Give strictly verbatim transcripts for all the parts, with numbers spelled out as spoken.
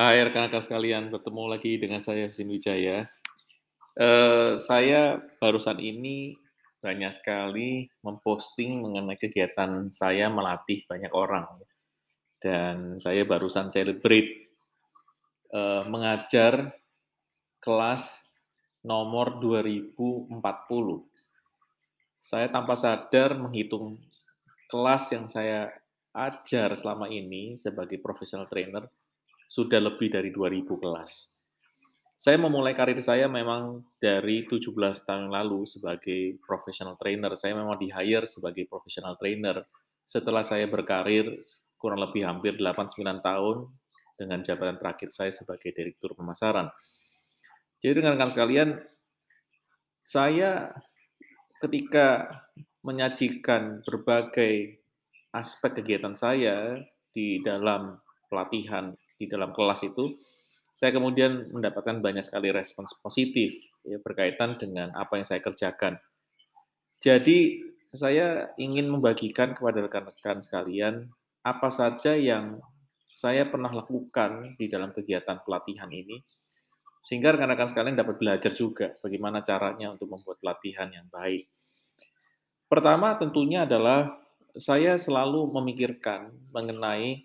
Hai rekan-rekan sekalian, bertemu lagi dengan saya Husin Wijaya. Eee, saya barusan ini banyak sekali memposting mengenai kegiatan saya melatih banyak orang, dan saya barusan celebrate, eee, mengajar kelas nomor dua ribu empat puluh. Saya tanpa sadar menghitung kelas yang saya ajar selama ini sebagai professional trainer, sudah lebih dari dua ribu kelas. Saya memulai karir saya memang dari tujuh belas tahun yang lalu sebagai professional trainer. Saya memang di-hire sebagai professional trainer. Setelah saya berkarir kurang lebih hampir delapan sembilan tahun dengan jabatan terakhir saya sebagai direktur pemasaran. Jadi rekan-rekan sekalian, saya ketika menyajikan berbagai aspek kegiatan saya di dalam pelatihan, di dalam kelas itu, saya kemudian mendapatkan banyak sekali respons positif ya, berkaitan dengan apa yang saya kerjakan. Jadi, saya ingin membagikan kepada rekan-rekan sekalian apa saja yang saya pernah lakukan di dalam kegiatan pelatihan ini, sehingga rekan-rekan sekalian dapat belajar juga bagaimana caranya untuk membuat pelatihan yang baik. Pertama tentunya adalah saya selalu memikirkan mengenai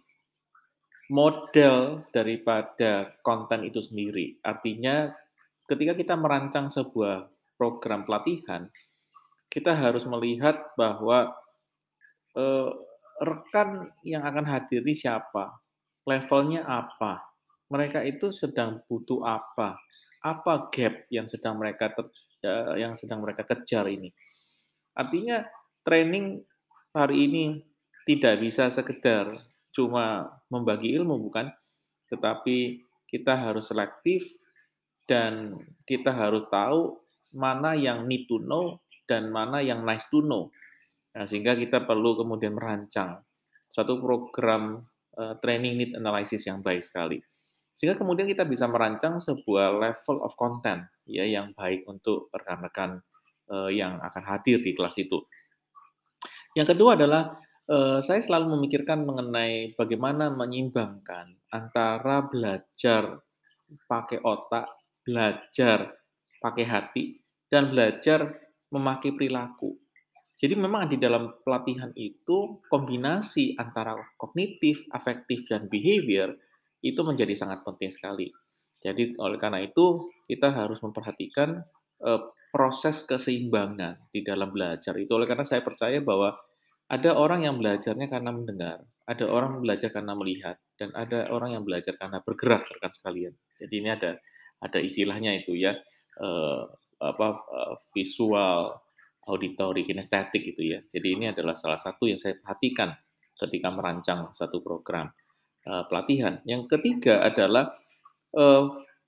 model daripada konten itu sendiri. Artinya ketika kita merancang sebuah program pelatihan, kita harus melihat bahwa, eee, rekan yang akan hadiri siapa, levelnya apa, mereka itu sedang butuh apa, apa gap yang sedang mereka ter eee, yang sedang mereka kejar ini. Artinya training hari ini tidak bisa sekedar cuma membagi ilmu bukan, tetapi kita harus selektif dan kita harus tahu mana yang need to know dan mana yang nice to know. Nah, sehingga kita perlu kemudian merancang satu program, eee, training need analysis yang baik sekali. Sehingga kemudian kita bisa merancang sebuah level of content ya yang baik untuk rekan-rekan, eee, yang akan hadir di kelas itu. Yang kedua adalah, eee, saya selalu memikirkan mengenai bagaimana menyeimbangkan antara belajar pakai otak, belajar pakai hati, dan belajar memakai perilaku. Jadi memang di dalam pelatihan itu kombinasi antara kognitif, afektif, dan behavior itu menjadi sangat penting sekali. Jadi oleh karena itu kita harus memperhatikan, eee, proses keseimbangan di dalam belajar itu. Oleh karena saya percaya bahwa ada orang yang belajarnya karena mendengar, ada orang belajar karena melihat, dan ada orang yang belajar karena bergerak, rekan sekalian. Jadi ini ada ada istilahnya itu ya, eee, apa, eee, visual, auditory, kinestetik gitu ya. Jadi ini adalah salah satu yang saya perhatikan ketika merancang satu program, eee, pelatihan. Yang ketiga adalah, eee,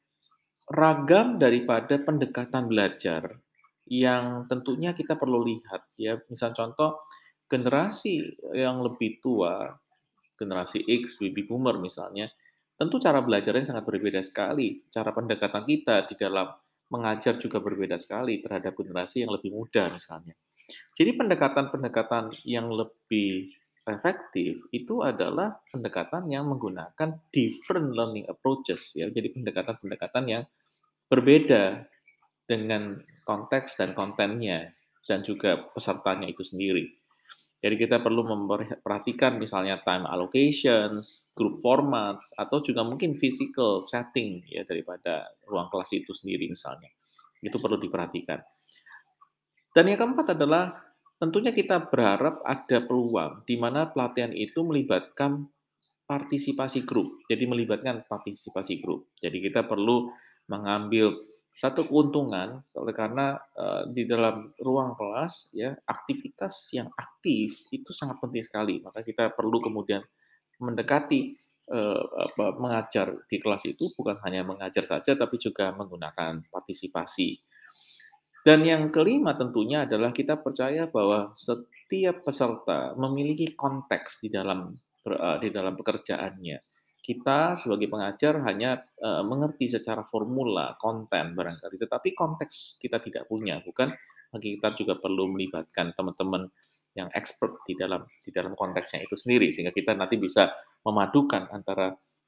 ragam daripada pendekatan belajar yang tentunya kita perlu lihat ya. Misal contoh, generasi yang lebih tua, generasi X, baby boomer misalnya, tentu cara belajarnya sangat berbeda sekali. Cara pendekatan kita di dalam mengajar juga berbeda sekali terhadap generasi yang lebih muda misalnya. Jadi pendekatan-pendekatan yang lebih efektif itu adalah pendekatan yang menggunakan different learning approaches ya. Jadi pendekatan-pendekatan yang berbeda dengan konteks dan kontennya dan juga pesertanya itu sendiri. Jadi kita perlu memperhatikan misalnya time allocations, group formats, atau juga mungkin physical setting ya daripada ruang kelas itu sendiri misalnya. Itu perlu diperhatikan. Dan yang keempat adalah tentunya kita berharap ada peluang di mana pelatihan itu melibatkan partisipasi grup. Jadi melibatkan partisipasi grup. Jadi kita perlu mengambil satu keuntungan oleh karena, eee, di dalam ruang kelas ya, aktivitas yang aktif itu sangat penting sekali. Maka kita perlu kemudian mendekati, eee, apa, mengajar di kelas itu bukan hanya mengajar saja, tapi juga menggunakan partisipasi. Dan yang kelima tentunya adalah kita percaya bahwa setiap peserta memiliki konteks di dalam ber eee, di dalam pekerjaannya. Kita sebagai pengajar hanya, eee, mengerti secara formula, konten barangkali, tetapi konteks kita tidak punya, bukan? Bagi kita juga perlu melibatkan teman-teman yang expert di dalam di dalam konteksnya itu sendiri, sehingga kita nanti bisa memadukan antara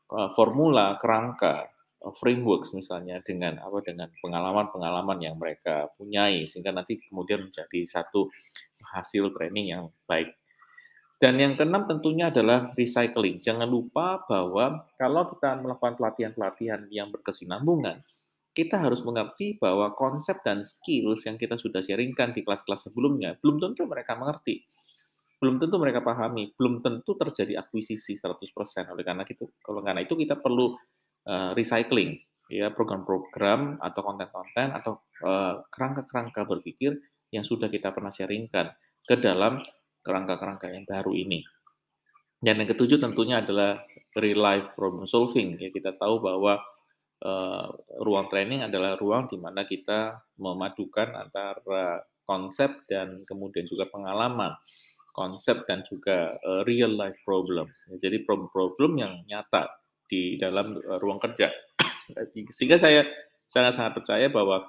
eee, formula, kerangka, eee, frameworks misalnya dengan apa, dengan pengalaman-pengalaman yang mereka punyai, sehingga nanti kemudian menjadi satu hasil training yang baik. Dan yang keenam tentunya adalah recycling. Jangan lupa bahwa kalau kita melakukan pelatihan-pelatihan yang berkesinambungan, kita harus mengerti bahwa konsep dan skills yang kita sudah sharingkan di kelas-kelas sebelumnya, belum tentu mereka mengerti, belum tentu mereka pahami, belum tentu terjadi akuisisi seratus persen. Oleh karena itu kalau karena itu kita perlu, eee, recycling, ya, program-program atau konten-konten atau, eee, kerangka-kerangka berpikir yang sudah kita pernah sharingkan ke dalam kerangka-kerangka yang baru ini. Dan yang ketujuh tentunya adalah real life problem solving, ya, kita tahu bahwa eee, ruang training adalah ruang di mana kita memadukan antara konsep dan kemudian juga pengalaman, konsep dan juga, eee, real life problem. Jadi problem-problem yang nyata di dalam, eee, ruang kerja. Sehingga saya sangat-sangat percaya bahwa,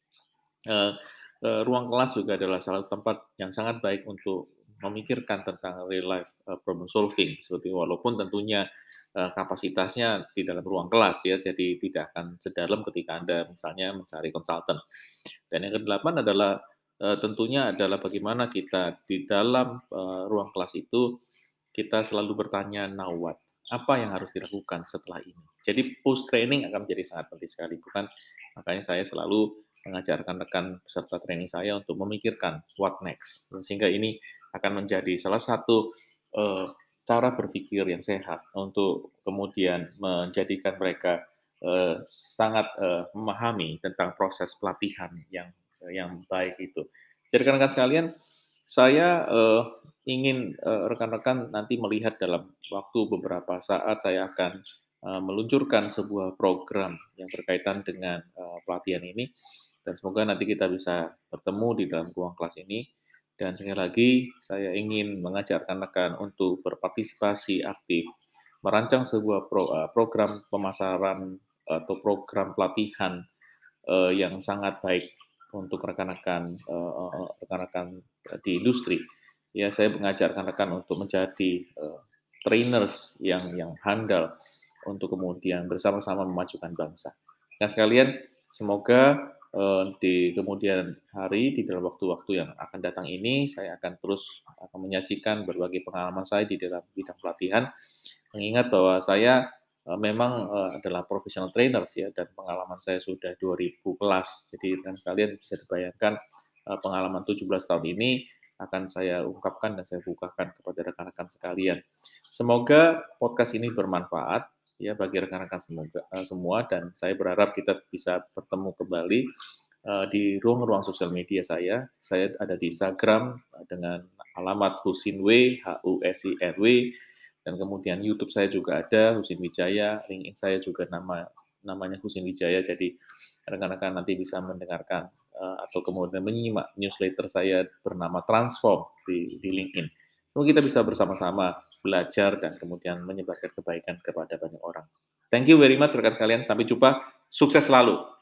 eee eee, ruang kelas juga adalah salah satu tempat yang sangat baik untuk memikirkan tentang real life, eee, problem solving, seperti walaupun tentunya, eee, kapasitasnya di dalam ruang kelas ya, jadi tidak akan sedalam ketika Anda misalnya mencari konsultan. Dan yang kedelapan adalah, eee, tentunya adalah bagaimana kita di dalam, eee, ruang kelas itu, kita selalu bertanya, "Now what?" Apa yang harus dilakukan setelah ini? Jadi post training akan menjadi sangat penting sekali, bukan makanya saya selalu mengajarkan rekan peserta training saya untuk memikirkan what next. Sehingga ini akan menjadi salah satu, eee, cara berpikir yang sehat untuk kemudian menjadikan mereka, eee, sangat, eee, memahami tentang proses pelatihan yang yang baik itu. Jadi rekan-rekan sekalian, saya, eee, ingin, eee, rekan-rekan nanti melihat dalam waktu beberapa saat saya akan, eee, meluncurkan sebuah program yang berkaitan dengan, eee, pelatihan ini, dan semoga nanti kita bisa bertemu di dalam ruang kelas ini. Dan sekali lagi saya ingin mengajarkan rekan untuk berpartisipasi aktif, merancang sebuah pro eee, program pemasaran atau program pelatihan, eee, yang sangat baik untuk rekan-rekan, eee, rekan-rekan di industri. Ya, saya mengajarkan rekan untuk menjadi, eee, trainers yang yang handal untuk kemudian bersama-sama memajukan bangsa. Nah sekalian, semoga, eee, di kemudian hari, di dalam waktu-waktu yang akan datang ini, saya akan terus akan menyajikan berbagai pengalaman saya di dalam bidang pelatihan, mengingat bahwa saya, eee, memang, eee, adalah professional trainers ya, dan pengalaman saya sudah dua ribu kelas. Jadi rekan sekalian bisa dibayangkan, eee, pengalaman tujuh belas tahun ini akan saya ungkapkan dan saya bukakan kepada rekan-rekan sekalian. Semoga podcast ini bermanfaat ya bagi rekan-rekan semoga eee, semua, dan saya berharap kita bisa bertemu kembali, eee, di ruang-ruang sosial media saya. Saya ada di Instagram dengan alamat Husin W, H U S I N W, dan kemudian YouTube saya juga ada, Husin Wijaya, LinkedIn saya juga nama namanya Husin Wijaya. Jadi rekan-rekan nanti bisa mendengarkan, eee, atau kemudian menyimak newsletter saya bernama Transform di di LinkedIn. Semoga kita bisa bersama-sama belajar dan kemudian menyebarkan kebaikan kepada banyak orang. Thank you very much rekan sekalian, sampai jumpa, sukses selalu.